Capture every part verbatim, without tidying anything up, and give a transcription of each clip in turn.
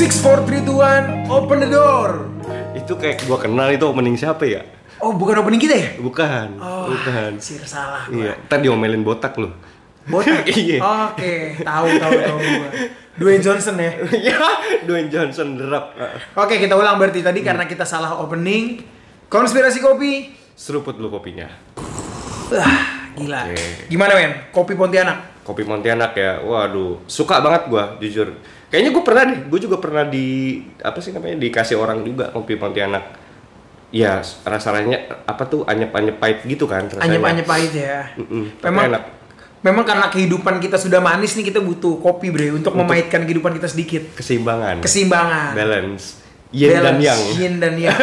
six, four, three, two, one, open the door. Itu kayak gua kenal itu opening siapa ya? Oh, bukan opening kita ya? Bukan. Oh, bukan. Sir, salah. Iya, ntar diomelin botak lu. Botak? Iya. Oh, oke, okay. tahu tahu tahu gua. Dwayne Johnson ya? Iya, Dwayne Johnson derap. Oke, kita ulang berarti tadi hmm. karena kita salah opening. Konspirasi kopi. Seruput lu kopinya. Wah, gila. Okay. Gimana, men? Kopi Pontianak? Kopi Pontianak ya, waduh, suka banget gua, jujur. Kayaknya gua pernah deh, gua juga pernah di apa sih namanya dikasih orang juga kopi Pontianak. Ya, rasanya apa tuh anyep-anyep pahit gitu kan rasanya. Anyep-anyep pahit ya. Mm-mm, memang enak. Memang karena kehidupan kita sudah manis nih, kita butuh kopi, Bre, untuk, untuk memahitkan kehidupan kita sedikit. Keseimbangan. Keseimbangan. Balance. Yin Balance. dan yang. Yin dan yang.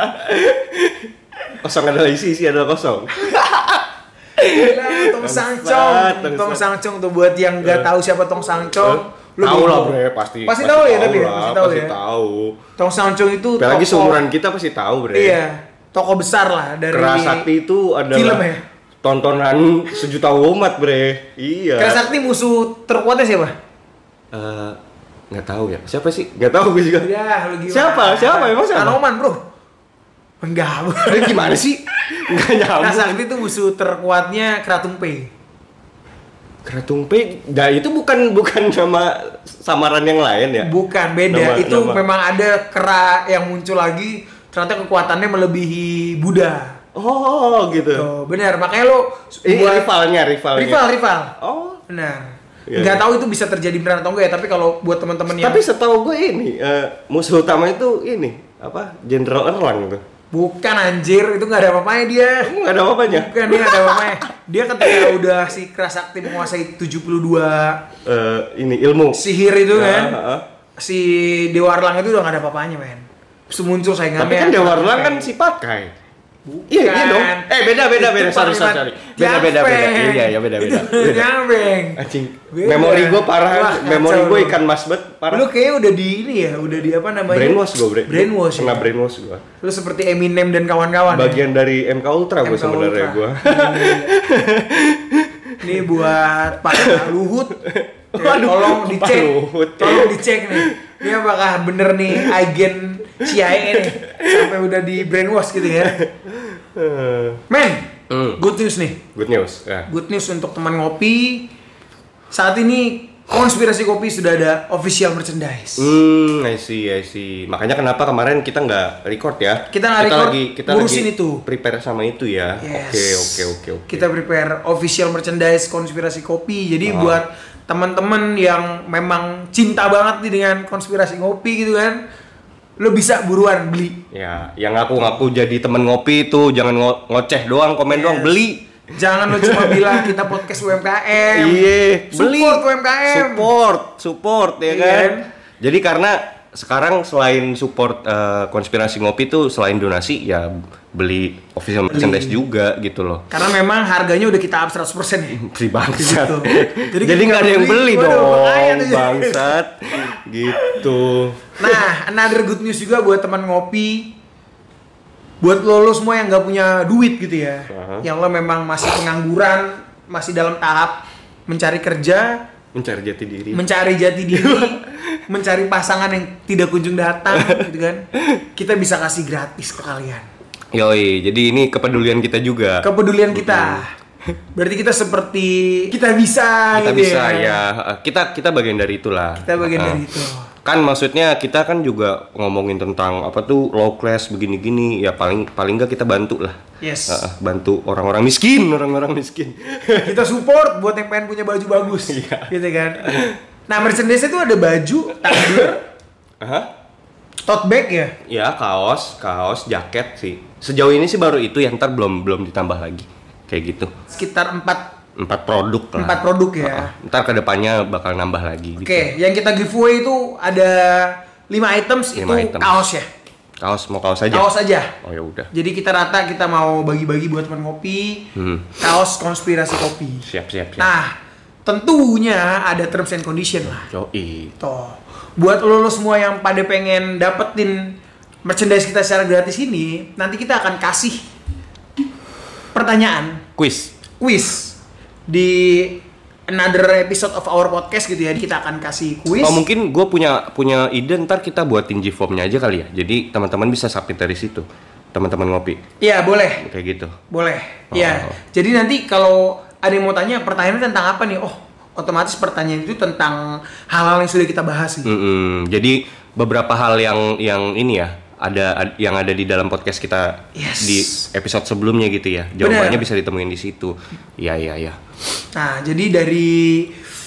Kosong adalah isi, isi adalah kosong. Gila, Tong Sangcong. Tong Sangcong tuh buat yang nggak tahu siapa Tong Sangcong. Lu tahu lah, Bre, pasti. Pasti tahu ya, tapi ya, pasti tahu pasti ya. tahu. Tong Sangcong itu apalagi seumuran kita pasti tahu, Bre. Iya, toko besar lah dari Kerasakti itu adalah film ya. Tontonan sejuta umat, Bre. Iya. Kerasakti musuh terkuatnya siapa? Eh, uh, nggak tahu ya. Siapa sih? Nggak tahu gue juga. Ya, lu gimana? Siapa? Siapa? Emang siapa? Anoman, Bro. Enggak, Bro. Gimana sih? Enggak nyambung. Kerasakti itu musuh terkuatnya Kratung P. Kratung P, nah itu bukan bukan nama samaran yang lain ya? Bukan, beda. Nama, itu nama. Memang ada kera yang muncul lagi, ternyata kekuatannya melebihi Buddha. Oh, gitu. Tuh, benar. Makanya lo eh, buat rivalnya, rivalnya. Rival, rival. Oh, benar. Ya, nggak ya. tahu itu bisa terjadi benar atau enggak ya, tapi kalau buat teman-teman yang tapi setahu gue ini uh, musuh utama itu ini apa? Jenderal Erlang itu. Bukan, anjir, itu nggak ada apa-apanya dia. Nggak ada apa-apanya? Bukan, dia nggak ada apa-apanya. Dia ketika udah si Kerasakti menguasai tujuh puluh dua uh, ini ilmu sihir itu ya, kan, uh, si Dewa Erlang itu udah nggak ada apa-apanya, men. Muncul saingannya. Tapi kan Dewa Erlang kan si pakai. Bukan. Iya, iya dong. Eh, beda beda beda. Sorry, sorry, sorry. Beda beda beda. Iya, ya beda beda. Nyambeng. Anjing. Memori gue parah. Wah, memori gue ikan mas bet parah. Lu kayaknya udah di ini ya, udah di apa namanya? Brainwash gue, bre. Brainwash. Pernah ya? brainwash gue. Lu seperti Eminem dan kawan-kawan. Bagian ya? Dari M K Ultra gue sebenarnya gue. Ini buat Pak Luhut. Ya, Waduh, tolong dicek. Luhut. Tolong dicek nih. Ini apakah bener nih agen C I A nih sampai udah di brainwash gitu ya. Men, mm. good news nih. Good news. Yeah. Good news untuk teman ngopi. Saat ini Konspirasi Kopi sudah ada official merchandise. Hmm, I see, I see. Makanya kenapa kemarin kita nggak record ya? Kita nggak record. Lagi, kita ngurusin lagi itu. Prepare sama itu ya. Yes. Oke, oke, oke, oke. Kita prepare official merchandise Konspirasi Kopi. Jadi oh. buat teman-teman yang memang cinta banget nih dengan Konspirasi Kopi gitu kan, lo bisa buruan beli. Ya, yang ngaku-ngaku jadi temen ngopi itu jangan ngo- ngoceh doang, komen yes. doang, beli. Jangan lo cuma bilang kita podcast U M K M. Iya, beli. Support U M K M. Support, support ya iya. kan. Jadi karena sekarang selain support uh, Konspirasi Ngopi tuh selain donasi ya beli official merchandise juga gitu loh. Karena memang harganya udah kita up seratus persen ya. Free bangsat. Gitu. Jadi, Jadi nggak ada yang beli dong, bangsat. Gitu. Nah, another good news juga buat teman ngopi. Buat lo, lo semua yang nggak punya duit gitu ya, uh-huh. yang lo memang masih pengangguran, masih dalam tahap mencari kerja, mencari jati diri, mencari jati diri, mencari pasangan yang tidak kunjung datang, gitu kan? Kita bisa kasih gratis ke kalian. Yoi, jadi ini kepedulian kita juga. Kepedulian kita. Berarti kita seperti kita bisa. Kita gitu bisa ya. ya. Kita kita bagian dari itulah. Kita bagian uh. dari itu. Kan maksudnya kita kan juga ngomongin tentang apa tuh low class begini-gini ya paling paling nggak kita bantu lah. Yes. Uh, bantu orang-orang miskin, orang-orang miskin. Kita support buat yang pengen punya baju bagus, yeah. gitu kan. Nah merchandise itu ada baju, takbir, uh-huh. tote bag ya? Ya kaos, kaos, jaket sih. Sejauh ini sih baru itu ya, ntar belum belum ditambah lagi kayak gitu. Sekitar empat Empat produk lah. Empat produk ya. Uh, ntar kedepannya bakal nambah lagi. Oke, okay, gitu. Yang kita giveaway itu ada lima items lima itu items. Kaos ya. Kaos mau kaos aja. Kaos aja. Oh ya udah. Jadi kita rata kita mau bagi-bagi buat teman ngopi. Hmm. Kaos Konspirasi Kopi. Siap siap siap. Nah, tentunya ada terms and condition lah. Yoi. Toh, buat lo, lo semua yang pada pengen dapetin merchandise kita secara gratis ini, nanti kita akan kasih pertanyaan. Quiz. Quiz. Di another episode of our podcast gitu ya. Kita akan kasih kuis. Oh mungkin gue punya punya ide, ntar kita buatin G-formnya aja kali ya. Jadi teman-teman bisa submit dari situ. Teman-teman ngopi. Iya boleh. Kayak gitu. Boleh. Oh. Iya. Jadi nanti kalau ada yang mau tanya pertanyaannya tentang apa nih? Oh otomatis pertanyaan itu tentang hal-hal yang sudah kita bahas sih. Mm-mm. Jadi beberapa hal yang yang ini ya. Ada ad, yang ada di dalam podcast kita yes. di episode sebelumnya gitu ya. Jawabannya Bener. Bisa ditemuin di situ. Iya iya iya. Nah, jadi dari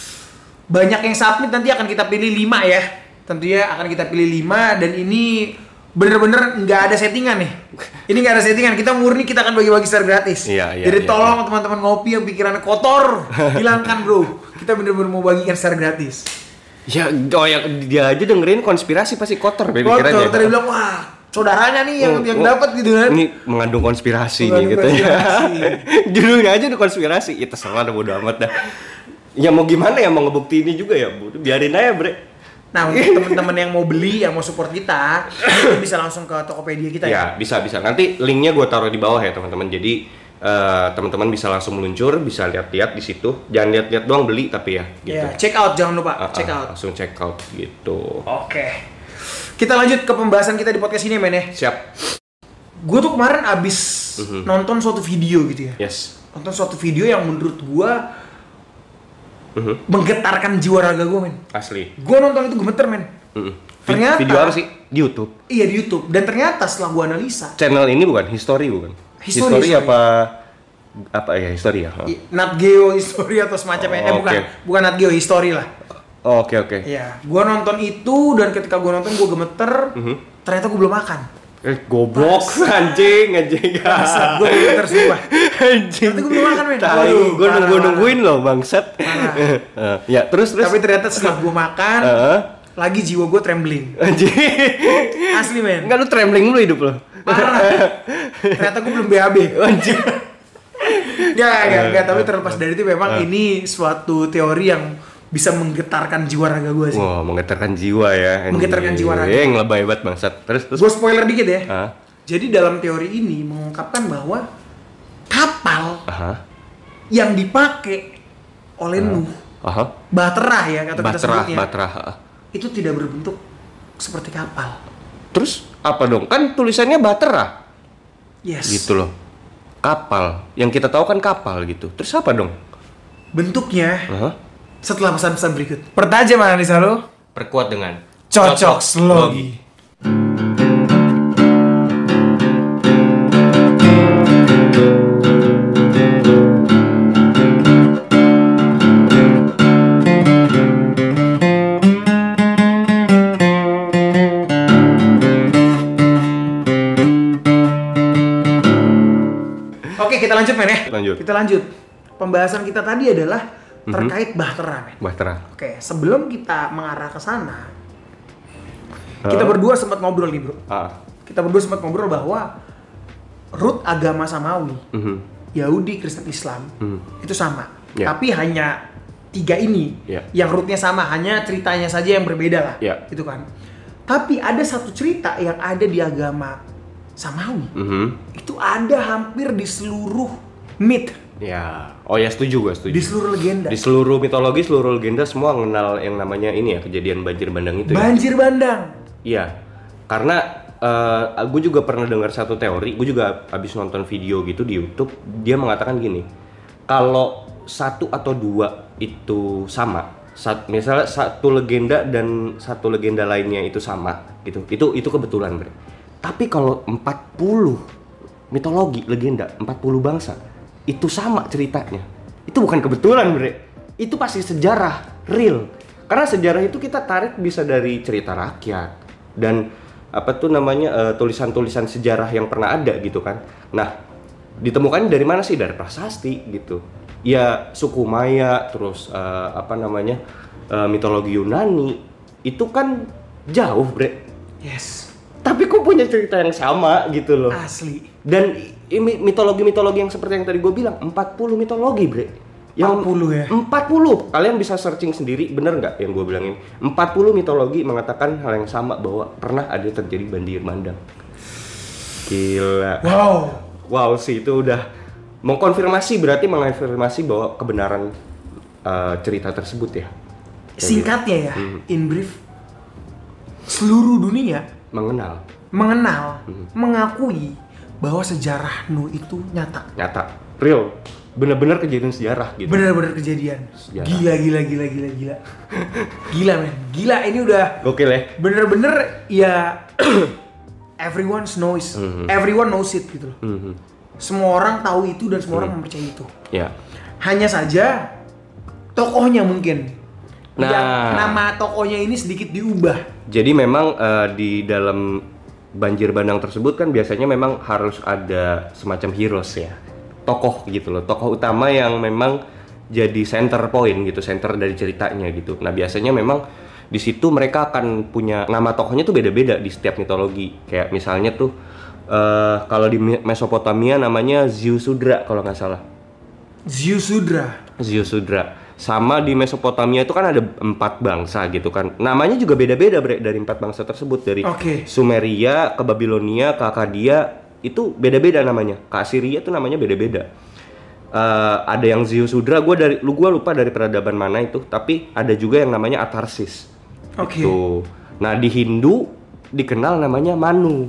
banyak yang submit nanti akan kita pilih lima ya. Tentunya akan kita pilih lima dan ini bener-bener nggak ada settingan nih. Ini nggak ada settingan. Kita murni kita akan bagi-bagi secara gratis. Iya iya. Jadi iya, tolong iya. teman-teman ngopi yang pikirannya kotor, hilangkan bro. Kita bener-bener mau bagikan secara gratis. Ya, oh ya dia aja dengerin konspirasi pasti kotor pikirannya. Kotor, tadi bilang wah saudaranya nih yang oh, yang oh, dapat gitu kan. Ini mengandung konspirasi mengandung nih gitu konspirasi. ya. Judulnya aja udah konspirasi. Ya terserah dah bodo amat dah. Ya mau gimana ya mau ngebukti ini juga ya, biarin aja bre. Nah untuk teman-teman yang mau beli, yang mau support kita, bisa langsung ke Tokopedia kita ya. Ya bisa bisa. Nanti linknya gue taruh di bawah ya teman-teman. Jadi Uh, teman-teman bisa langsung meluncur, bisa lihat-lihat di situ. Jangan lihat-lihat doang, beli tapi ya. Gitu. Ya, check out jangan lupa, uh, check uh, out. Langsung check out gitu. Oke. Kita lanjut ke pembahasan kita di podcast ini, men ya. Siap. Gue tuh kemarin abis uh-huh. nonton suatu video gitu ya. Yes. Nonton suatu video yang menurut gue uh-huh. menggetarkan jiwa raga gue, men. Asli. Gue nonton itu gemeter, men. Uh-uh. Ternyata. Video apa sih? Di YouTube. Iya di YouTube. Dan ternyata setelah gue analisa. Channel ini bukan history bukan. History, history history apa apa ya history ya? Oh. Nat Geo history atau semacamnya. Oh, eh bukan, okay. bukan Nat Geo history lah. Oke oh, oke. Okay, okay. Iya, gua nonton itu dan ketika gua nonton gua gemeter. Uh-huh. Ternyata gua belum makan. Eh goblok anjing anjing. Bangsat, gua gemeter sumpah. Anjing. Ternyata gua belum makan, men. Waduh, gua nunggu nungguin loh bangsat. uh, ya, terus terus. Tapi ternyata setelah gua makan, uh-huh. lagi jiwa gua trembling. Anjing. Asli, men. Enggak lu trembling lu hidup lo. Parah. Ternyata gue belum B A B. Anjir. Enggak, enggak, enggak, tapi terlepas dari itu memang uh. ini suatu teori yang bisa menggetarkan jiwa raga gue sih. Wah, wow, menggetarkan jiwa ya. Menggetarkan jiwa raga. Eh, ngelebay banget bangsat. Terus terus. Gue spoiler dikit ya. Uh. Jadi dalam teori ini mengungkapkan bahwa kapal uh-huh. yang dipakai oleh uh. Nuh, uh-huh. Bahtera ya kata kita sebutnya. Bahtera. Itu tidak berbentuk seperti kapal. Terus apa dong? Kan tulisannya Bahtera. Yes. Gitu loh. Kapal. Yang kita tahu kan kapal gitu. Terus apa dong? Bentuknya uh-huh. setelah pesan-pesan berikut. Pertajam analisa lo. Perkuat dengan Cocok Slogi. Kita lanjut men ya. Lanjut. Kita lanjut. Pembahasan kita tadi adalah terkait Bahtera men. Bahtera. Oke, sebelum kita mengarah ke sana, uh. kita berdua sempat ngobrol nih bro. Uh. Kita berdua sempat ngobrol bahwa root agama Samawi, uh-huh. Yahudi, Kristen, Islam uh-huh. itu sama. Yeah. Tapi hanya tiga ini yeah. yang rootnya sama, hanya ceritanya saja yang berbeda lah. Yeah. Gitu kan. Tapi ada satu cerita yang ada di agama Samawi, uh-huh. itu ada hampir di seluruh myth. Ya, oh ya setuju gue setuju. Di seluruh legenda. Di seluruh mitologi, seluruh legenda semua mengenal yang namanya ini ya kejadian banjir bandang itu. Banjir ya? bandang. Iya, karena uh, gue juga pernah dengar satu teori. Gue juga habis nonton video gitu di YouTube. Dia mengatakan gini, kalau satu atau dua itu sama, sat, misalnya satu legenda dan satu legenda lainnya itu sama, gitu. Itu itu kebetulan, bre. Tapi kalau empat puluh mitologi, legenda, empat puluh bangsa, itu sama ceritanya. Itu bukan kebetulan, bre. Itu pasti sejarah, real. Karena sejarah itu kita tarik bisa dari cerita rakyat. Dan apa tuh namanya, uh, tulisan-tulisan sejarah yang pernah ada gitu kan. Nah, ditemukan dari mana sih? Dari prasasti gitu. Ya, suku Maya, terus uh, apa namanya, uh, mitologi Yunani. Itu kan jauh, bre. Yes. Tapi kok punya cerita yang sama gitu loh. Asli. Dan mitologi-mitologi yang seperti yang tadi gue bilang, empat puluh mitologi, bre. Yang empat puluh ya? empat puluh. Kalian bisa searching sendiri, bener nggak yang gue bilang ini? empat puluh mitologi mengatakan hal yang sama, bahwa pernah ada terjadi banjir bandang. Gila. Wow. Wow sih, itu udah mengkonfirmasi, berarti mengkonfirmasi bahwa kebenaran uh, cerita tersebut ya. Singkatnya ya, hmm. in brief, seluruh dunia mengenal, mengenal, hmm. mengakui bahwa sejarah Nuh itu nyata. Nyata, real, benar-benar kejadian sejarah gitu. Benar-benar kejadian. Sejarah. Gila, gila, gila, gila, gila. Gila men, gila ini udah. Gokil ya. Bener-bener ya. Everyone knows, mm-hmm. everyone knows it gitu loh. Mm-hmm. Semua orang tahu itu dan semua mm-hmm. orang mempercayai itu. Yeah. Hanya saja tokohnya mungkin. Nah, yang nama tokohnya ini sedikit diubah. Jadi memang uh, di dalam banjir bandang tersebut kan biasanya memang harus ada semacam heroes ya. Tokoh gitu loh, tokoh utama yang memang jadi center point gitu, center dari ceritanya gitu. Nah, biasanya memang di situ mereka akan punya nama tokohnya tuh beda-beda di setiap mitologi. Kayak misalnya tuh uh, kalau di Mesopotamia namanya Ziusudra kalau nggak salah. Ziusudra. Ziusudra. Sama di Mesopotamia itu kan ada empat bangsa gitu kan. Namanya juga beda-beda bre, dari empat bangsa tersebut, dari okay. Sumeria ke Babilonia ke Akkadia itu beda-beda namanya. Ke Assyria tuh namanya beda-beda. Uh, ada yang Ziusudra, gue dari lu gue lupa dari peradaban mana itu, tapi ada juga yang namanya Atarsis. Oke. Okay. Gitu. Nah di Hindu dikenal namanya Manu.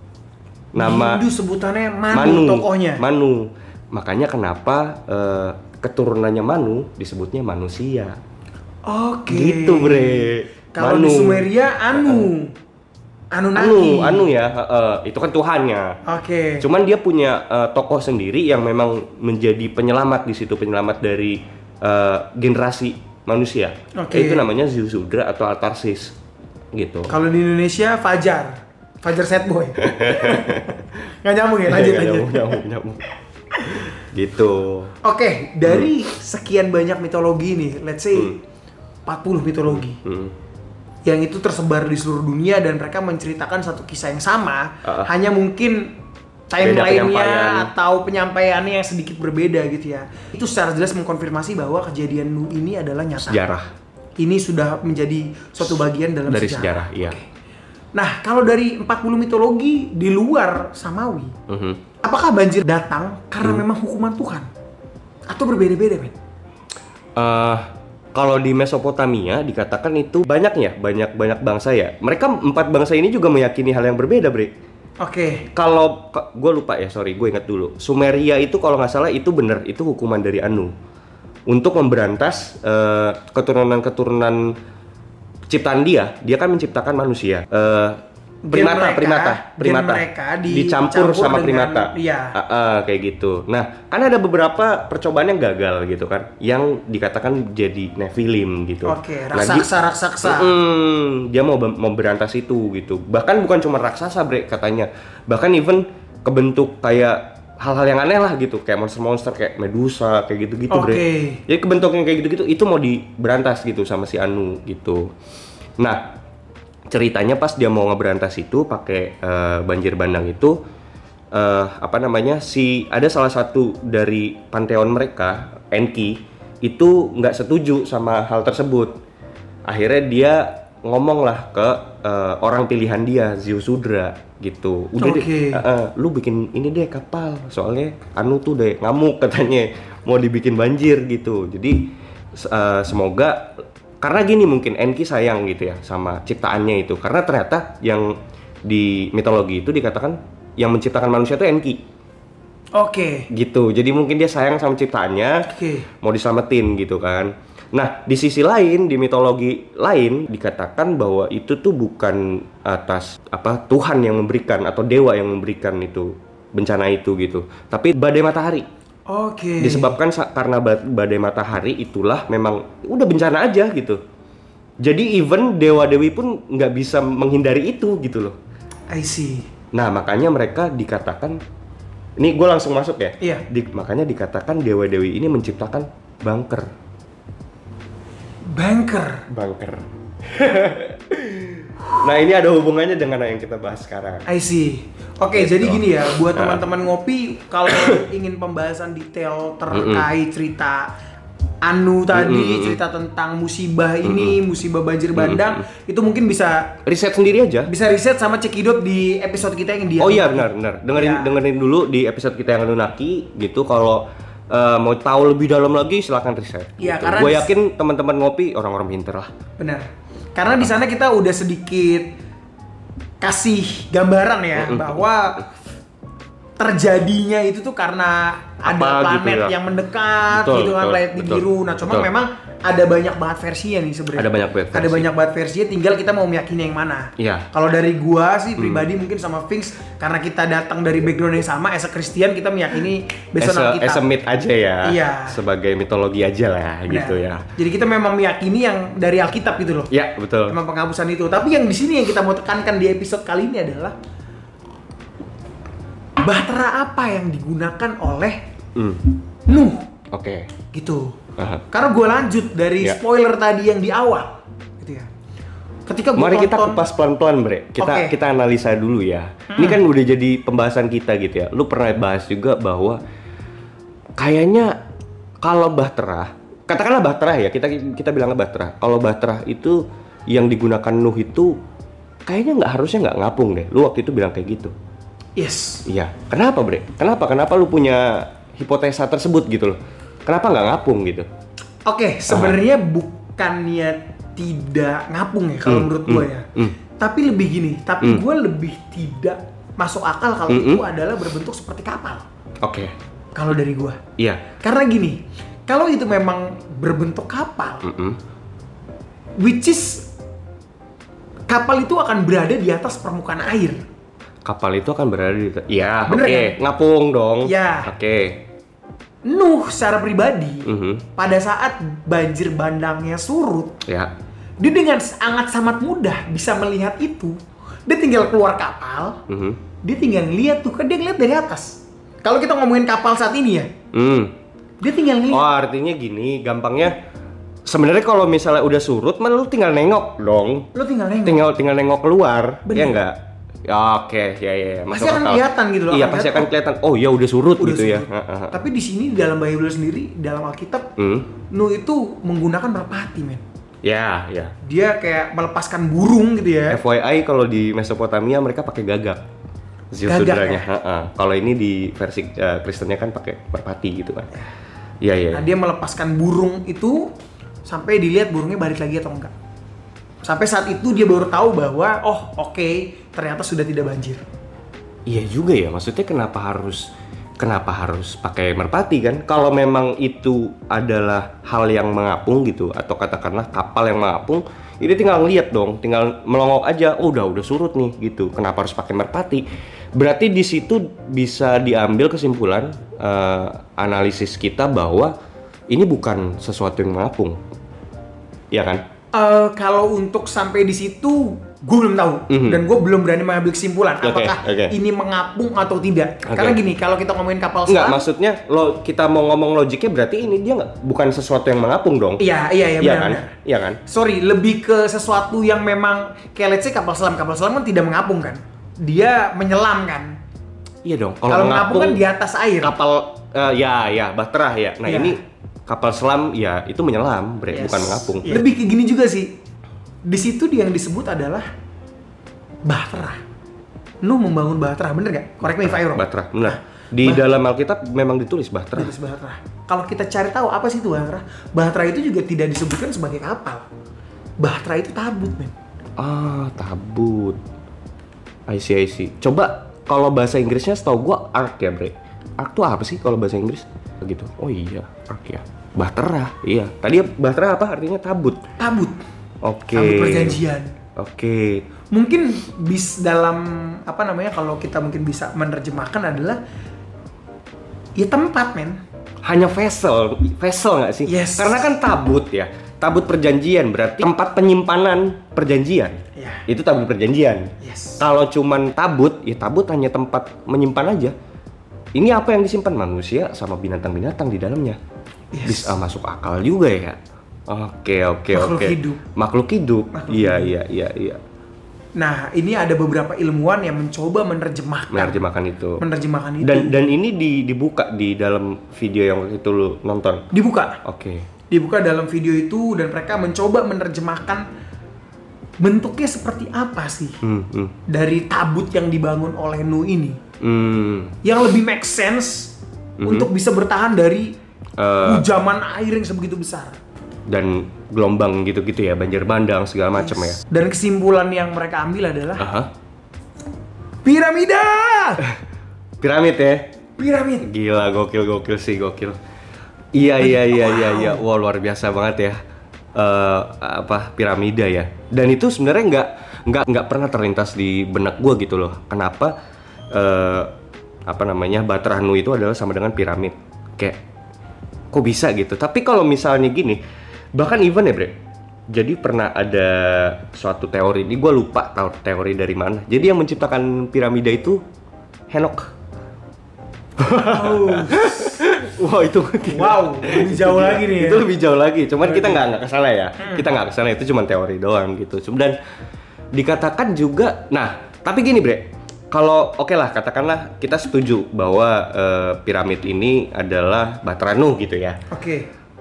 Nama di Hindu sebutannya Manu, Manu tokohnya. Manu. Makanya kenapa uh, keturunannya Manu disebutnya manusia. Oke. Okay. Gitu bre. Kalau di Sumeria Anu. Anunnaki. Anu, Anu ya, uh, itu kan Tuhannya. Oke. Okay. Cuman dia punya uh, tokoh sendiri yang memang menjadi penyelamat di situ, penyelamat dari uh, generasi manusia. Okay. Itu namanya Ziusudra atau Atarsis, gitu. Kalau di Indonesia Fajar, Fajar Sad Boy. Nggak nyambung ya, lanjut lanjut. Nyambung, nyambung, nyambung. Gitu. Oke, okay, dari hmm. sekian banyak mitologi nih, let's say hmm. empat puluh mitologi. Hmm. Yang itu tersebar di seluruh dunia dan mereka menceritakan satu kisah yang sama, uh, hanya mungkin timeline-nya atau penyampaiannya yang sedikit berbeda gitu ya. Itu secara jelas mengkonfirmasi bahwa kejadian Nuh ini adalah nyata. Sejarah. Ini sudah menjadi suatu bagian dalam dari sejarah. sejarah, iya. Okay. Nah, kalau dari empat puluh mitologi di luar Samawi, uh-huh. apakah banjir datang karena uh. memang hukuman Tuhan? Atau berbeda-beda, Ben? Uh, Kalau di Mesopotamia dikatakan itu banyak ya, banyak-banyak bangsa ya. Mereka empat bangsa ini juga meyakini hal yang berbeda, Bre. Oke. Okay. Kalau gue lupa ya, sorry, gue ingat dulu. Sumeria itu kalau nggak salah itu benar, itu hukuman dari Anu untuk memberantas uh, keturunan-keturunan ciptaan dia. Dia kan menciptakan manusia. Uh, primata, mereka, primata, primata, mereka di, dicampur sama dengan, primata, iya. uh, uh, kayak gitu. Nah, kan ada beberapa percobaan yang gagal gitu kan, yang dikatakan jadi Nephilim gitu. Oke, raksasa-raksasa. Mm, dia mau mau berantas itu gitu. Bahkan bukan cuma raksasa, Bre, katanya. Bahkan even kebentuk kayak hal-hal yang aneh lah gitu, kayak monster-monster kayak Medusa, kayak gitu-gitu, Bre. Okay. Jadi kebentuk yang kayak gitu-gitu itu mau diberantas gitu sama si Anu gitu. Nah, ceritanya pas dia mau ngeberantas itu pakai uh, banjir bandang itu uh, apa namanya si ada salah satu dari panteon mereka Enki itu nggak setuju sama hal tersebut. Akhirnya dia ngomong lah ke uh, orang pilihan dia Ziusudra gitu. Udah okay. deh, uh, uh, lu bikin ini deh kapal soalnya Anu tuh deh ngamuk katanya mau dibikin banjir gitu. Jadi uh, semoga karena gini mungkin Enki sayang gitu ya sama ciptaannya itu, karena ternyata yang di mitologi itu dikatakan yang menciptakan manusia itu Enki. Oke. Okay. Gitu, jadi mungkin dia sayang sama ciptaannya, okay. mau diselamatin gitu kan. Nah di sisi lain di mitologi lain dikatakan bahwa itu tuh bukan atas apa Tuhan yang memberikan atau dewa yang memberikan itu bencana itu gitu, tapi badai matahari. Oke. Okay. Disebabkan karena badai matahari itulah memang udah bencana aja gitu. Jadi even dewa-dewi pun nggak bisa menghindari itu gitu loh. I see. Nah makanya mereka dikatakan, ini gue langsung masuk ya. Iya. Di, makanya dikatakan dewa-dewi ini menciptakan bunker. Bunker. Bunker. Nah ini ada hubungannya dengan yang kita bahas sekarang. I see. Oke, okay, jadi gini ya, buat teman-teman ngopi, kalau ingin pembahasan detail terkait cerita Anu tadi, cerita tentang musibah ini, musibah banjir bandang, itu mungkin bisa riset sendiri aja. Bisa riset sama cekidot di episode kita yang dia. Oh iya benar benar. Dengerin ya. dengerin dulu di episode kita yang Anunnaki gitu. Kalau uh, mau tahu lebih dalam lagi silakan riset. Iya, gitu. karena Gue yakin teman-teman ngopi orang-orang pinter lah. Benar. Karena di sana kita udah sedikit kasih gambaran ya mm-hmm. bahwa terjadinya itu tuh karena ada apa planet gitu ya? yang mendekat betul, gitu kan, betul, planet di betul, biru. Nah, cuma betul. memang ada banyak banget versinya nih sebenarnya. Ada banyak banget versi. Ada banyak banget versinya, tinggal kita mau meyakini yang mana. Iya. Kalau dari gua sih hmm. pribadi mungkin sama Finks, karena kita datang dari background yang sama, as a Christian kita meyakini based on Alkitab. As a myth aja ya. Iya. Sebagai mitologi aja lah. Benar. Gitu ya. Jadi kita memang meyakini yang dari Alkitab gitu loh. Iya, betul. Memang penghapusan itu. Tapi yang di sini yang kita mau tekankan di episode kali ini adalah bahtera apa yang digunakan oleh hmm. Nuh. Oke. Okay. Gitu. Uh-huh. Karena gue lanjut dari yeah. spoiler tadi yang di awal, gitu ya. Ketika gue Mari tonton, kita kupas pelan-pelan, Bre. Kita okay. kita analisa dulu ya. Hmm. Ini kan udah jadi pembahasan kita gitu ya. Lu pernah bahas juga bahwa kayaknya kalau bahtera, katakanlah bahtera ya, kita kita bilangnya bahtera. Kalau bahtera itu yang digunakan Nuh itu kayaknya nggak harusnya nggak ngapung deh. Lu waktu itu bilang kayak gitu. Yes. Iya. Kenapa, Bre? Kenapa? Kenapa lu punya hipotesa tersebut gitu loh? Kenapa nggak ngapung gitu? Oke, okay, sebenarnya uh-huh. bukannya tidak ngapung ya kalau hmm, menurut gue hmm, ya. Hmm. Tapi lebih gini, tapi hmm. gue lebih tidak masuk akal kalau hmm, itu hmm. adalah berbentuk seperti kapal. Oke. Okay. Kalau dari gue. Iya. Karena gini, kalau itu memang berbentuk kapal, hmm. which is kapal itu akan berada di atas permukaan air. Kapal itu akan berada di iya, oke, okay. kan? Ngapung dong. Iya. Oke. Okay. Nuh secara pribadi, mm-hmm. pada saat banjir bandangnya surut, ya. dia dengan sangat sangat mudah bisa melihat itu. Dia tinggal keluar kapal, mm-hmm. dia tinggal lihat tuh, kan dia ngeliat dari atas. Kalau kita ngomongin kapal saat ini ya, mm. dia tinggal ngeliat. Oh, artinya gini, gampangnya. Sebenarnya kalau misalnya udah surut, man lu tinggal nengok dong. Lu tinggal nengok. Tinggal tinggal nengok keluar, bener. Ya enggak? Ya, oke, ya ya. Pasti akan akal. Kelihatan gitu loh. Iya, pasti akan kelihatan. Oh ya udah surut udah gitu surut. ya. Uh-huh. Tapi di sini di dalam Bible sendiri, dalam Alkitab, hmm? Nuh itu menggunakan merpati, men. Ya, ya. Dia kayak melepaskan burung gitu ya. F Y I kalau di Mesopotamia mereka pakai gagak. Gagak ya? Uh-uh. Kalau ini di versi uh, Kristennya kan pakai merpati gitu kan. Iya, iya. Nah, dia melepaskan burung itu sampai dilihat burungnya balik lagi atau enggak. Sampai saat itu dia baru tahu bahwa oh oke okay, ternyata sudah tidak banjir. Iya juga ya, maksudnya kenapa harus kenapa harus pakai merpati kan? Kalau memang itu adalah hal yang mengapung gitu atau katakanlah kapal yang mengapung, ini tinggal ngeliat dong, tinggal melongok aja, oh udah udah surut nih gitu. Kenapa harus pakai merpati? Berarti di situ bisa diambil kesimpulan uh, analisis kita bahwa ini bukan sesuatu yang mengapung. Iya kan? Uh, kalau untuk sampai di situ, gue belum tahu mm-hmm. dan gue belum berani mengambil kesimpulan okay, apakah okay. ini mengapung atau tidak. Okay. Karena gini, kalau kita ngomongin kapal selam, nggak, maksudnya lo kita mau ngomong logiknya berarti ini dia nggak bukan sesuatu yang mengapung dong? Iya iya iya benar, kan? Iya kan? Sorry, lebih ke sesuatu yang memang kayak let's say kapal selam, kapal selam kan tidak mengapung kan? Dia menyelam kan? Iya dong. Kalau mengapung kan di atas air. Kapal uh, ya ya bahtera ya. Nah ya. Ini kapal selam ya itu menyelam, bre, yes. bukan mengapung. Yeah. Lebih kayak gini juga sih. Di situ yang disebut adalah bahtera. Nuh membangun bahtera, bener gak? Correct me if I'm wrong. Bahtera, benar. Di bah- dalam Alkitab memang ditulis bahtera. Ditulis bahtera. Kalau kita cari tahu apa sih itu bahtera? Bahtera itu juga tidak disebutkan sebagai kapal. Bahtera itu tabut, men. Ah, tabut. I see, I see. Coba kalau bahasa Inggrisnya setahu gua ark ya, bre. Ark tuh apa sih kalau bahasa Inggris? Begitu. Oh iya, ark ya. Bahtera, iya. Tadi bahtera apa artinya tabut? Tabut. Oke. Okay. Tabut perjanjian. Oke. Okay. Mungkin bis dalam apa namanya kalau kita mungkin bisa menerjemahkan adalah ya tempat, men. Hanya vessel, vessel nggak sih? Yes. Karena kan tabut ya. Tabut perjanjian berarti tempat penyimpanan perjanjian. Yeah. Itu tabut perjanjian. Yes. Kalau cuman tabut, ya tabut hanya tempat menyimpan aja. Ini apa yang disimpan manusia sama binatang-binatang di dalamnya. Yes. Bisa masuk akal juga ya. Oke, oke, Makhluk oke. hidup. Makhluk hidup. Makhluk iya, hidup. iya, iya, iya. Nah, ini ada beberapa ilmuwan yang mencoba menerjemahkan. Menerjemahkan itu. Menerjemahkan itu. Dan dan ini di, dibuka di dalam video yang waktu itu lu nonton. Dibuka. Oke. Okay. Dibuka dalam video itu dan mereka mencoba menerjemahkan bentuknya seperti apa sih hmm, hmm. dari tabut yang dibangun oleh Nuh ini. Hmm. Yang lebih make sense hmm. untuk bisa bertahan dari uh, Hujaman air yang sebegitu besar. Dan gelombang gitu-gitu ya, banjir bandang segala macam Yes. ya. Dan kesimpulan yang mereka ambil adalah Aha. piramida. Piramid ya. Piramid. Gila, gokil gokil sih, gokil. Iya iya iya wow. iya iya. Wah, luar biasa banget ya. Uh, apa piramida ya. Dan itu sebenarnya nggak nggak nggak pernah terlintas di benak gue gitu loh. Kenapa uh, apa namanya Batra Nu itu adalah sama dengan piramid? Kayak kok bisa gitu. Tapi kalau misalnya gini, bahkan even ya bre, jadi pernah ada suatu teori, ini gue lupa tahu teori dari mana. Jadi yang menciptakan piramida itu Henok. Oh. Wow, itu Wow, lebih jauh lagi nih ya. Itu lebih jauh lagi. Cuman kita nggak nggak kesana ya. Hmm. Kita nggak kesana, itu cuma teori doang gitu. Dan dikatakan juga, nah tapi gini bre, kalau oke okay lah katakanlah kita setuju bahwa uh, piramid ini adalah Batra Nu gitu ya. Oke. Okay.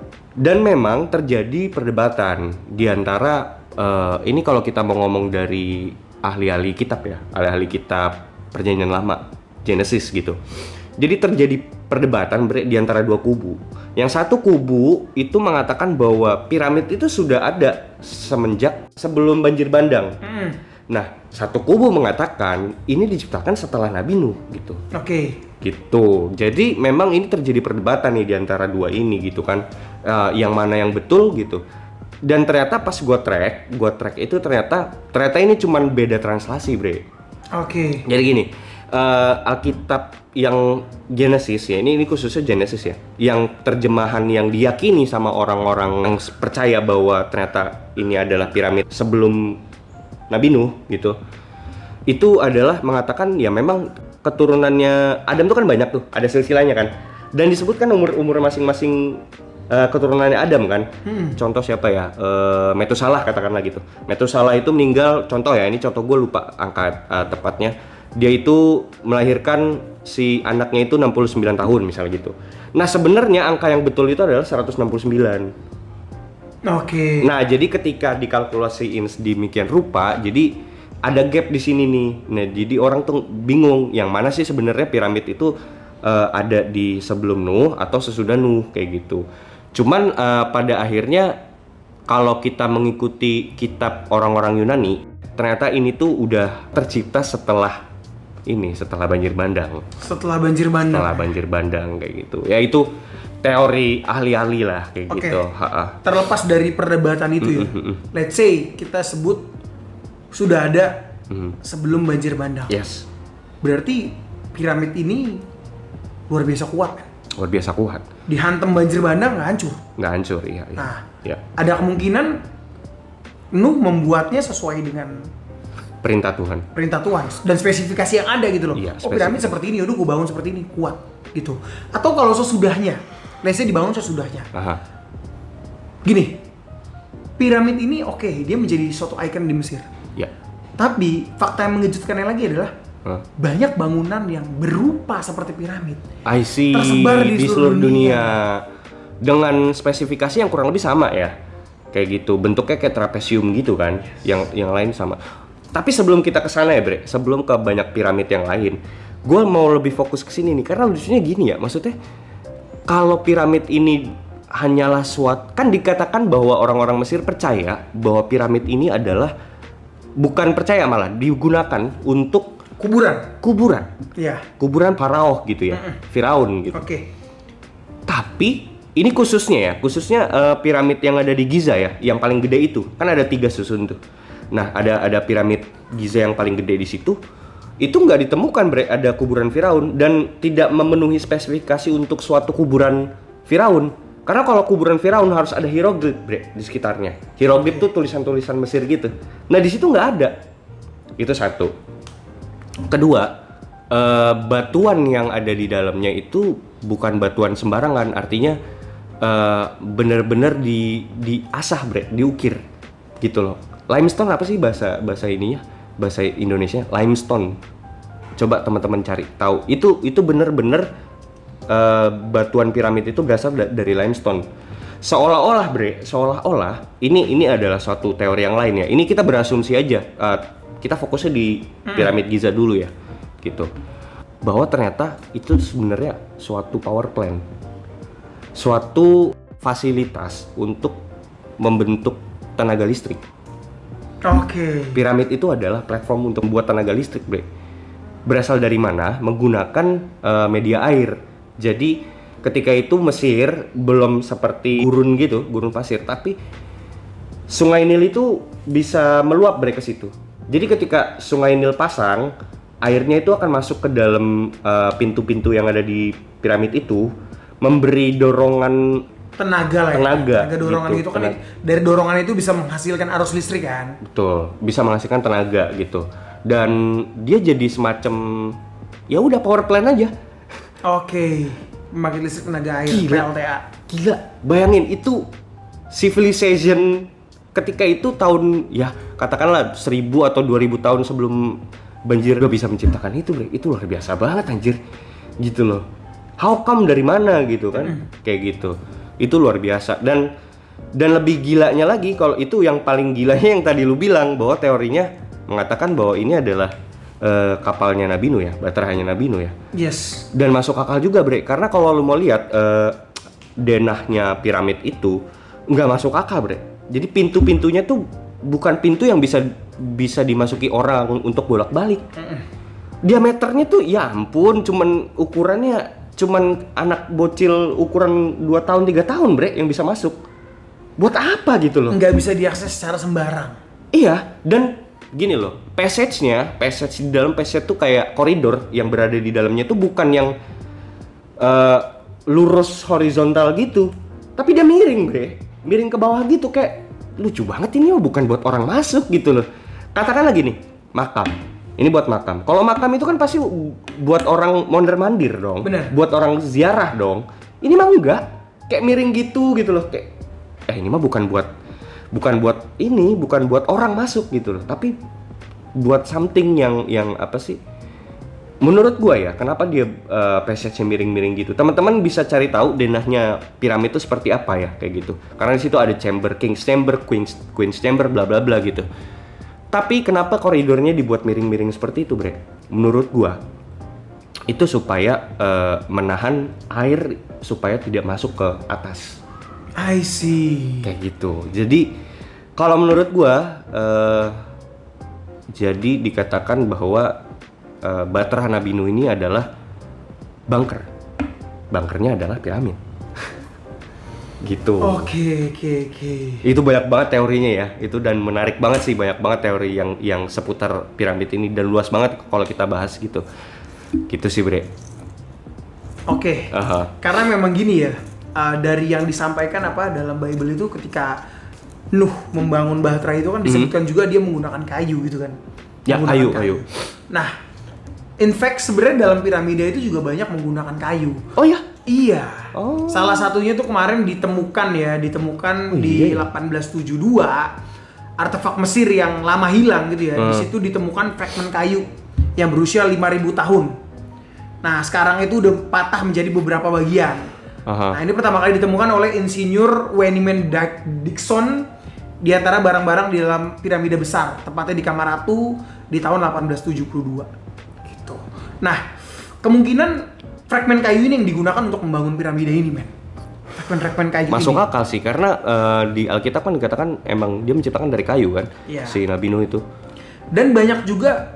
Dan memang terjadi perdebatan di antara uh, ini kalau kita mau ngomong dari ahli-ahli kitab ya, ahli-ahli kitab Perjanjian Lama, Genesis gitu. Jadi terjadi perdebatan bre, di antara dua kubu. Yang satu kubu itu mengatakan bahwa piramid itu sudah ada semenjak sebelum banjir bandang. Hmm. Nah, satu kubu mengatakan ini diciptakan setelah Nabi Nuh gitu. Oke. Okay. Gitu. Jadi memang ini terjadi perdebatan nih di antara dua ini gitu kan. Uh, yang mana yang betul gitu. Dan ternyata pas gua track, gua track itu ternyata ternyata ini cuman beda translasi, bre. Oke. Okay. Jadi gini, uh, Alkitab yang Genesis ya, ini ini khususnya Genesis ya, yang terjemahan yang diyakini sama orang-orang yang percaya bahwa ternyata ini adalah piramid sebelum Nabi Nuh gitu. Itu adalah mengatakan ya memang keturunannya Adam tuh kan banyak tuh, ada silsilahnya kan. Dan disebutkan umur-umur masing-masing uh, keturunannya Adam kan. Hmm. Contoh siapa ya? Uh, Metusalah katakanlah gitu. Metusalah itu meninggal, contoh ya, ini contoh gue lupa angka uh, tepatnya. Dia itu melahirkan si anaknya itu enam puluh sembilan tahun misalnya gitu. Nah sebenarnya angka yang betul itu adalah seratus enam puluh sembilan. Oke. Okay. Nah jadi ketika dikalkulasiin sedemikian rupa, jadi ada gap di sini nih. Nah jadi orang tuh bingung yang mana sih sebenarnya piramid itu uh, ada di sebelum Nuh atau sesudah Nuh kayak gitu. Cuman uh, pada akhirnya kalau kita mengikuti kitab orang-orang Yunani, ternyata ini tuh udah tercipta setelah ini, setelah banjir bandang. Setelah banjir bandang. Setelah banjir bandang kayak gitu. Ya itu teori ahli-ahli lah kayak okay. gitu. Ha-ha. Terlepas dari perdebatan itu ya. Mm-hmm. Let's say kita sebut sudah ada mm-hmm. sebelum banjir bandang. Yes. Berarti piramid ini luar biasa kuat. Luar biasa kuat. Dihantam banjir bandang nggak hancur. Nggak hancur, iya. iya. Nah, ya. Ada kemungkinan Nuh membuatnya sesuai dengan perintah Tuhan. Perintah Tuhan dan spesifikasi yang ada gitu loh. Iya, oh piramid seperti ini, udah gue bangun seperti ini, kuat gitu. Atau kalau sesudahnya, let's say dibangun sesudahnya. Aha. Gini, piramid ini oke, okay, dia menjadi suatu ikon di Mesir. Ya. Tapi fakta yang mengejutkannya lagi adalah huh? banyak bangunan yang berupa seperti piramid. I see. Tersebar di, di seluruh, seluruh dunia. dunia dengan spesifikasi yang kurang lebih sama ya. Kayak gitu, bentuknya kayak trapesium gitu kan. Yang yang lain sama. Tapi sebelum kita kesana ya bre, sebelum ke banyak piramid yang lain, gue mau lebih fokus ke sini nih, karena lucunya gini ya, maksudnya kalau piramid ini hanyalah suatu, kan dikatakan bahwa orang-orang Mesir percaya bahwa piramid ini adalah, bukan percaya malah, digunakan untuk kuburan, kuburan, iya, kuburan Faraoh gitu ya, mm-mm. Firaun gitu. Oke. Okay. Tapi ini khususnya ya, khususnya uh, piramid yang ada di Giza ya, yang paling gede itu, kan ada tiga susun tuh. Nah, ada ada piramid Giza yang paling gede di situ. Itu nggak ditemukan bre, ada kuburan Firaun dan tidak memenuhi spesifikasi untuk suatu kuburan Firaun. Karena kalau kuburan Firaun harus ada hieroglif bre di sekitarnya. Hieroglif tuh tulisan-tulisan Mesir gitu. Nah, di situ nggak ada. Itu satu. Kedua, uh, batuan yang ada di dalamnya itu bukan batuan sembarangan. Artinya uh, benar-benar di diasah bre, diukir gitu loh. Limestone apa sih bahasa bahasa ininya? Bahasa Indonesia limestone. Coba teman-teman cari tahu. Itu itu benar-benar uh, batuan piramid itu berasal da- dari limestone. Seolah-olah bre, seolah-olah ini ini adalah suatu teori yang lain ya. Ini kita berasumsi aja. Uh, kita fokusnya di piramid Giza dulu ya. Gitu. Bahwa ternyata itu sebenarnya suatu power plant. suatu fasilitas untuk membentuk tenaga listrik. Oke. Okay. Piramid itu adalah platform untuk membuat tenaga listrik, Bre. Berasal dari mana? Menggunakan uh, media air. Jadi ketika itu Mesir belum seperti gurun gitu, gurun pasir, tapi Sungai Nil itu bisa meluap, Bre, ke situ. Jadi ketika Sungai Nil pasang, airnya itu akan masuk ke dalam uh, pintu-pintu yang ada di piramid itu, memberi dorongan tenaga lah ya. Tenaga, tenaga dorongan gitu, itu kan tenaga. Dari dorongan itu bisa menghasilkan arus listrik kan. Betul, bisa menghasilkan tenaga gitu. Dan dia jadi semacam ya udah power plant aja. Oke. Okay. Membangkit listrik tenaga air, P L T A. Gila, bayangin itu civilization ketika itu tahun ya katakanlah seribu atau dua ribu tahun sebelum banjir udah bisa menciptakan itu, Bre. Itu luar biasa banget anjir. Gitu loh. How come dari mana gitu kan? Mm. Kayak gitu. Itu luar biasa dan dan lebih gilanya lagi kalau itu yang paling gilanya yang tadi lu bilang bahwa teorinya mengatakan bahwa ini adalah uh, kapalnya Nabi Nuh ya, baterainya Nabi Nuh ya. Yes. Dan masuk akal juga, Bre, karena kalau lu mau lihat uh, denahnya piramid itu nggak masuk akal, Bre. Jadi pintu-pintunya tuh bukan pintu yang bisa bisa dimasuki orang untuk bolak-balik. Mm-mm. Diameternya tuh ya ampun, cuman ukurannya cuman anak bocil ukuran dua tahun tiga tahun, Bre, yang bisa masuk. Buat apa gitu loh? Nggak bisa diakses secara sembarang. Iya, dan gini loh, passage-nya, passage di dalam passage tuh kayak koridor yang berada di dalamnya tuh bukan yang uh, lurus horizontal gitu, tapi dia miring, Bre. Miring ke bawah gitu, kayak lucu banget ini, oh, bukan buat orang masuk gitu loh. Katakan lagi nih, makam. Ini buat makam. Kalau makam itu kan pasti buat orang mondar-mandir dong. Bener. Buat orang ziarah dong. Ini mah enggak. Kayak miring gitu gitu loh. Kayak eh ini mah bukan buat bukan buat ini, bukan buat orang masuk gitu loh. Tapi buat something yang yang apa sih? Menurut gua ya, kenapa dia uh, passage-nya miring-miring gitu. Teman-teman bisa cari tahu denahnya piramid itu seperti apa ya, kayak gitu. Karena di situ ada chamber, king's chamber, queen's queen's chamber, bla bla bla gitu. Tapi kenapa koridornya dibuat miring-miring seperti itu, Bre? Menurut gua itu supaya uh, menahan air supaya tidak masuk ke atas. I see. Kayak gitu. Jadi kalau menurut gua uh, jadi dikatakan bahwa uh, Bahtera Nabi Nuh ini adalah bunker. Bunkernya adalah piramid. Gitu. Oke, oke, oke. Itu banyak banget teorinya ya. Itu dan menarik banget sih, banyak banget teori yang yang seputar piramid ini dan luas banget kalau kita bahas gitu. Gitu sih, Bre. Oke. Aha. Karena memang gini ya, uh, dari yang disampaikan apa dalam Bible itu ketika Nuh membangun Bahtera itu kan disebutkan mm-hmm. juga dia menggunakan kayu gitu kan. Ya, menggunakan kayu, kayu. kayu. Nah, in fact sebenarnya dalam piramida itu juga banyak menggunakan kayu. Oh ya? Iya. Oh. Salah satunya tuh kemarin ditemukan ya, ditemukan oh, di iya. delapan belas tujuh puluh dua artefak Mesir yang lama hilang gitu ya. Hmm. Di situ ditemukan fragmen kayu yang berusia lima ribu tahun. Nah, sekarang itu udah patah menjadi beberapa bagian. Aha. Nah, ini pertama kali ditemukan oleh insinyur Weniman Dixon di antara barang-barang di dalam piramida besar, tepatnya di Kamar Ratu di tahun delapan belas tujuh puluh dua. Gitu. Nah, kemungkinan fragmen kayu ini yang digunakan untuk membangun piramida ini, men. Fragmen-fragmen kayu Masuk ini. akal sih, karena uh, di Alkitab kan dikatakan emang dia menciptakan dari kayu kan, yeah. si Nabi Nuh itu. Dan banyak juga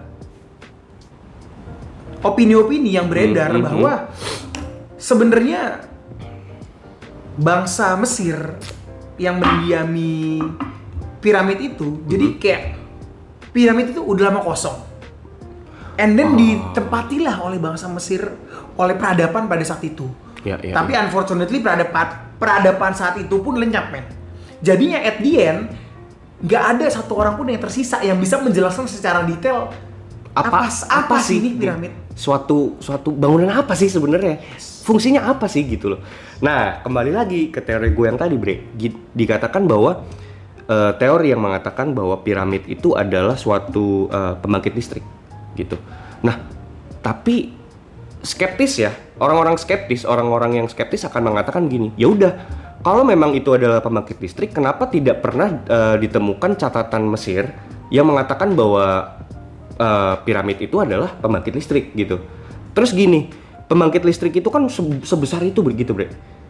opini-opini yang beredar hmm, bahwa hmm. sebenarnya bangsa Mesir yang mendiami piramid itu, hmm. jadi kayak piramid itu udah lama kosong. And then oh. ditempatilah oleh bangsa Mesir, oleh peradaban pada saat itu. Ya, ya, Tapi ya. unfortunately peradaban, peradaban saat itu pun lenyap, men. Jadinya at the end, nggak ada satu orang pun yang tersisa yang bisa menjelaskan secara detail apa apa, apa sih ini piramid. Suatu suatu bangunan apa sih sebenarnya? Yes. Fungsinya apa sih gitu loh. Nah, kembali lagi ke teori gue yang tadi, Bre. Dikatakan bahwa uh, teori yang mengatakan bahwa piramid itu adalah suatu uh, pembangkit listrik. Gitu. Nah, tapi skeptis ya, orang-orang skeptis, orang-orang yang skeptis akan mengatakan gini, ya udah, kalau memang itu adalah pembangkit listrik, kenapa tidak pernah uh, ditemukan catatan Mesir yang mengatakan bahwa uh, piramid itu adalah pembangkit listrik gitu. Terus gini, pembangkit listrik itu kan sebesar itu begitu, Bre.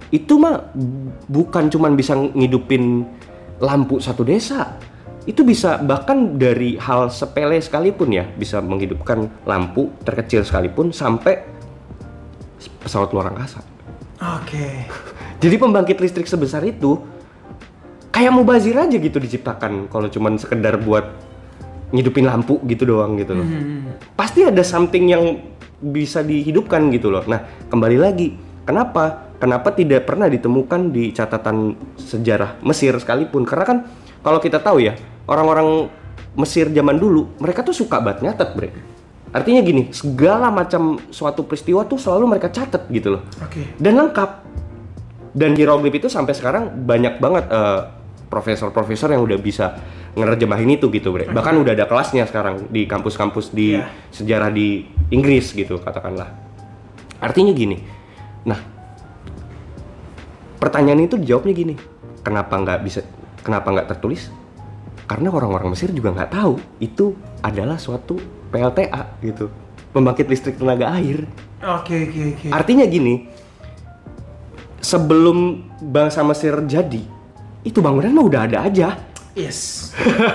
itu mah bukan cuman bisa ngidupin lampu satu desa. Itu bisa bahkan dari hal sepele sekalipun ya, bisa menghidupkan lampu terkecil sekalipun sampai pesawat luar angkasa. Oke. Okay. Jadi pembangkit listrik sebesar itu kayak mubazir aja gitu diciptakan kalau cuman sekedar buat ngidupin lampu gitu doang gitu loh. Hmm. Pasti ada something yang bisa dihidupkan gitu loh. Nah, kembali lagi, kenapa? Kenapa tidak pernah ditemukan di catatan sejarah Mesir sekalipun? Karena kan kalau kita tahu ya, orang-orang Mesir zaman dulu, mereka tuh suka banget nyatet, bre. Artinya gini, segala macam suatu peristiwa tuh selalu mereka catat gitu loh. Oke. Okay. Dan lengkap. Dan hieroglif itu sampai sekarang banyak banget uh, profesor-profesor yang udah bisa ngerjemahin itu gitu, bre. Bahkan udah ada kelasnya sekarang di kampus-kampus di yeah. sejarah di Inggris gitu, katakanlah. Artinya gini. Nah, pertanyaan itu dijawabnya gini. Kenapa nggak bisa? Kenapa nggak tertulis? Karena orang-orang Mesir juga nggak tahu itu adalah suatu P L T A gitu, pembangkit listrik tenaga air. Oke oke oke. Artinya gini, sebelum bangsa Mesir jadi, itu bangunan mah udah ada aja. Yes.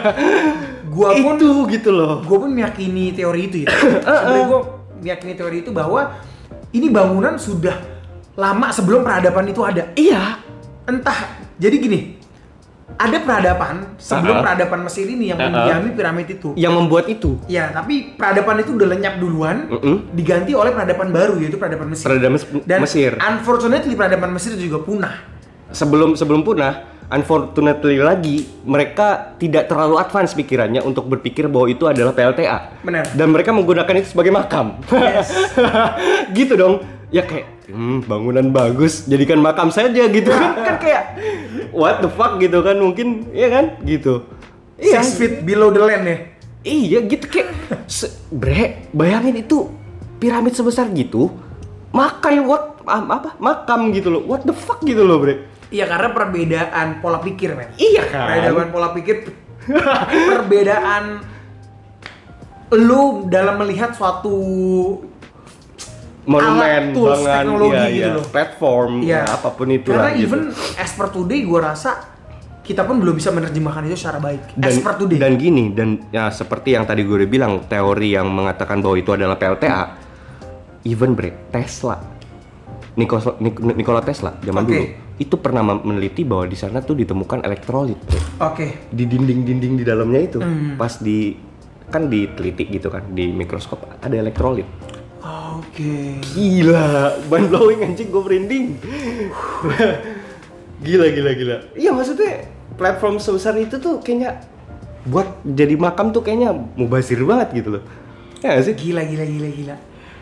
Gua pun itu gitu loh. Gua pun meyakini teori itu ya. Sebenarnya gua meyakini teori itu bahwa ini bangunan sudah lama sebelum peradaban itu ada. Iya. Entah. Jadi gini, ada peradaban sebelum uh-uh. peradaban Mesir ini yang uh-uh. mendiami piramid itu. Yang membuat itu. Ya, tapi peradaban itu udah lenyap duluan, uh-uh. diganti oleh peradaban baru yaitu peradaban Mesir. Peradaban mes- Dan Mesir. Unfortunately peradaban Mesir juga punah. Sebelum sebelum punah, unfortunately lagi mereka tidak terlalu advance pikirannya untuk berpikir bahwa itu adalah P L T A. Benar. Dan mereka menggunakan itu sebagai makam. Yes. Gitu dong. Ya kayak hmm, bangunan bagus, jadikan makam saja gitu kan. Kan kayak what the fuck gitu kan mungkin, ya kan? Gitu. Iya, six feet below the land ya. Iya gitu kayak se- bre, bayangin itu piramid sebesar gitu. Makan what apa? Makam gitu loh. What the fuck gitu loh, bre. Iya, karena perbedaan pola pikir, men. Iya kan? Perbedaan pola pikir, perbedaan lu dalam melihat suatu monumen, alat, tools, bangan, teknologi ya, gitu ya, loh. platform, ya. Ya, apapun itu karena lah. Karena even gitu. as per today, gue rasa kita pun belum bisa menerjemahkan itu secara baik. Dan, as per today. Dan gini, dan ya seperti yang tadi gue udah bilang, teori yang mengatakan bahwa itu adalah P L T A, even bre, Tesla, Nikola, Nikola Tesla zaman okay. dulu itu pernah meneliti bahwa di sana tuh ditemukan elektrolit. Oke. Okay. Di dinding-dinding di dalamnya itu, mm. pas di kan diteliti gitu kan di mikroskop ada elektrolit. Oke. Okay. Gila, mind blowing anjing, gue merinding. Gila gila gila. Iya maksudnya platform sebesar itu tuh kayaknya buat jadi makam tuh kayaknya mubazir banget gitu loh. Ya gak sih? Gila gila gila gila.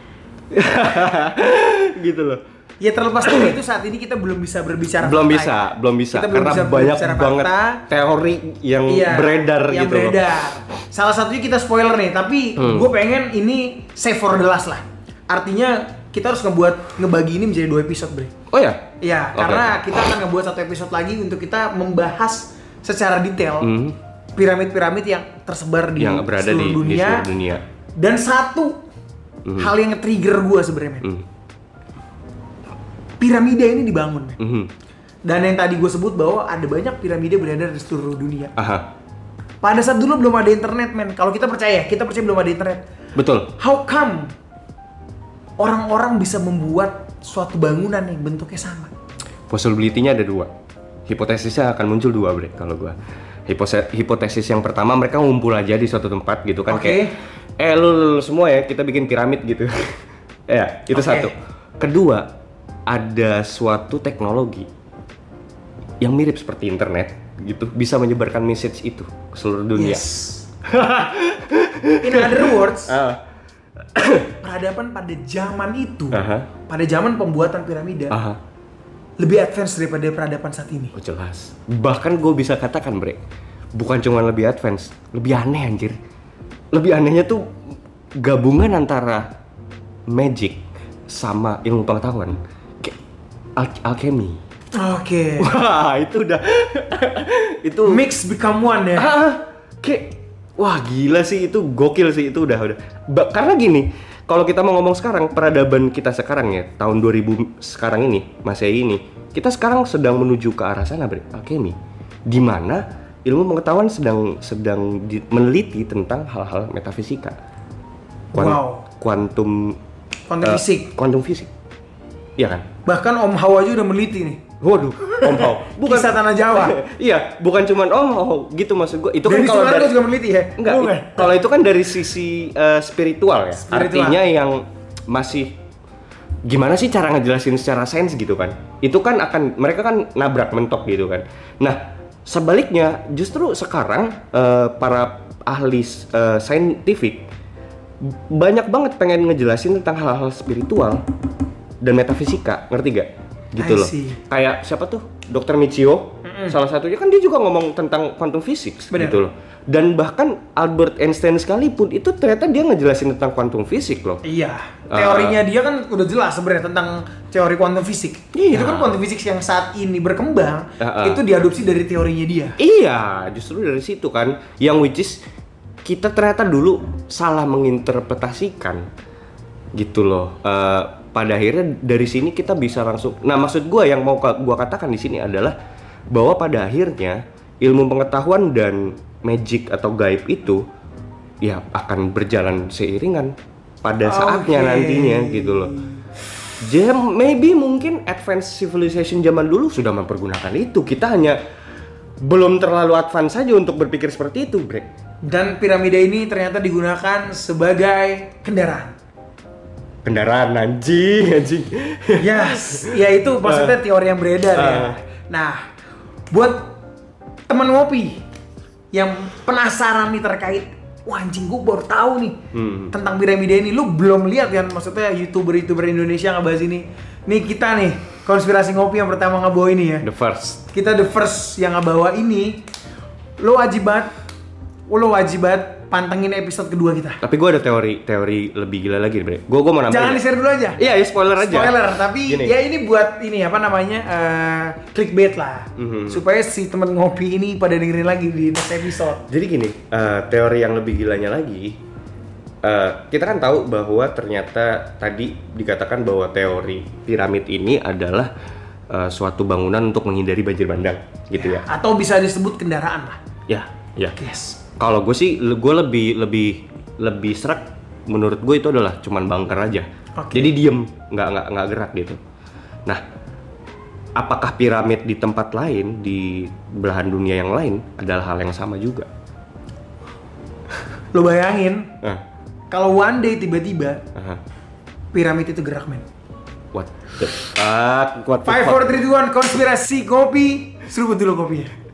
Gitu loh. Ya terlepas dari itu saat ini kita belum bisa berbicara belum fakta. bisa, belum bisa kita karena bisa banyak banget fakta, teori yang iya, beredar yang gitu beredar. loh. Salah satunya kita spoiler nih, tapi hmm. gue pengen ini save for the last lah. Artinya kita harus ngebuat ngebagi ini menjadi dua episode, Bre. Oh ya? Iya, okay. Karena kita akan ngebuat satu episode lagi untuk kita membahas secara detail hmm. piramid-piramid yang tersebar di yang berada seluruh, di, dunia, di seluruh dunia. Dan satu hmm. hal yang nge-trigger gue sebenarnya, hmm. piramida ini dibangun. Hmm. Dan yang tadi gue sebut bahwa ada banyak piramida beredar di seluruh dunia. Aha. Pada saat dulu belum ada internet, men. Kalau kita percaya, kita percaya belum ada internet. Betul. How come orang-orang bisa membuat suatu bangunan yang bentuknya sama? Possibility-nya ada dua. Hipotesisnya akan muncul dua, Bre, kalau gua. Hipose- hipotesis yang pertama, mereka ngumpul aja di suatu tempat gitu kan. Okay. Kayak eh lu, lu, lu semua ya, kita bikin piramid gitu. Ya, itu okay. Satu. Kedua, ada suatu teknologi yang mirip seperti internet gitu, bisa menyebarkan message itu ke seluruh dunia. Yes. In other words, uh. peradaban pada zaman itu, uh-huh. pada zaman pembuatan piramida, uh-huh. lebih advance daripada peradaban saat ini. Oh, jelas. Bahkan gue bisa katakan, Bre, bukan cuma lebih advance, lebih aneh anjir. Lebih anehnya tuh gabungan antara magic sama ilmu pengetahuan, kayak al- alchemy. Oke. Okay. Wah, itu udah itu mix become one ya. Ah, kayak wah gila sih, itu gokil sih, itu udah udah. Ba- karena gini, kalau kita mau ngomong sekarang, peradaban kita sekarang ya, tahun dua ribu sekarang ini, Masehi ini, kita sekarang sedang menuju ke arah sana, Bre, alkemi. Di mana ilmu pengetahuan sedang sedang di, meneliti tentang hal-hal metafisika. Kuan, wow. Kuantum Kuantum uh, fisik. Kuantum fisik. Iya kan? Bahkan Om Hao aja udah meneliti nih. Waduh, Om Hao. Bukan kisah tanah Jawa. Iya, bukan cuman Om Hao gitu maksud gue. Itu dari kan kalau dari juga meneliti ya. Enggak. It, kalau itu kan dari sisi uh, spiritual ya. Spiritual. Artinya yang masih gimana sih cara ngejelasin secara sains gitu kan. Itu kan akan mereka kan nabrak mentok gitu kan. Nah, sebaliknya justru sekarang uh, para ahli uh, saintifik banyak banget pengen ngejelasin tentang hal-hal spiritual dan metafisika, ngerti gak? Gitu loh. Kayak siapa tuh? dokter Michio, mm-mm. salah satunya kan dia juga ngomong tentang quantum physics. Bener. Gitu loh. Dan bahkan Albert Einstein sekalipun itu ternyata dia ngejelasin tentang quantum physics loh. Iya. Teorinya uh, dia kan udah jelas sebenarnya tentang teori quantum physics. Iya. Itu kan quantum physics yang saat ini berkembang, uh, uh. itu diadopsi dari teorinya dia. Iya, justru dari situ kan yang which is kita ternyata dulu salah menginterpretasikan gitu loh. Uh, pada akhirnya dari sini kita bisa langsung. Nah, maksud gue yang mau gue katakan di sini adalah bahwa pada akhirnya ilmu pengetahuan dan magic atau gaib itu ya akan berjalan seiringan pada saatnya okay. nantinya gitu loh. Jadi maybe mungkin advanced civilization zaman dulu sudah mempergunakan itu. Kita hanya belum terlalu advance saja untuk berpikir seperti itu, Bre. Dan piramida ini ternyata digunakan sebagai kendaraan. Kendaraan anjing, anjing. Yes, ya itu maksudnya uh, teori yang beredar uh, ya. Nah, buat teman ngopi yang penasaran nih terkait, wah anjing gue baru tahu nih hmm. tentang piramida ini. Lu belum lihat kan, maksudnya youtuber-youtuber Indonesia ngebahas ini. Nih kita nih, konspirasi ngopi yang pertama ngebawa ini ya. The first. Kita the first yang ngebawa ini. Lo wajib banget, lo wajib banget pantengin episode kedua kita. Tapi gue ada teori teori lebih gila lagi, Bre. Gue gue mau nambahin. Jangan di-share dulu aja. Iya, ya spoiler aja. Spoiler, tapi gini. Ya ini buat ini apa namanya uh, clickbait lah, mm-hmm. supaya si temen ngopi ini pada dengerin lagi di next episode. Jadi gini, uh, teori yang lebih gilanya lagi, uh, kita kan tahu bahwa ternyata tadi dikatakan bahwa teori piramid ini adalah uh, suatu bangunan untuk menghindari banjir bandang, gitu ya. ya. Atau bisa disebut kendaraan lah. Ya, ya. Yes. Kalau gue sih, gue lebih lebih lebih serak. Menurut gue itu adalah cuman bunker aja. Okay. Jadi diem, nggak nggak nggak gerak gitu. Nah, apakah piramid di tempat lain di belahan dunia yang lain adalah hal yang sama juga? Lo bayangin, uh. kalau one day tiba-tiba uh-huh. piramid itu gerak, men. What? The fuck? What the five, four, three, two, one, konspirasi kopi. Seruput dulu kopinya.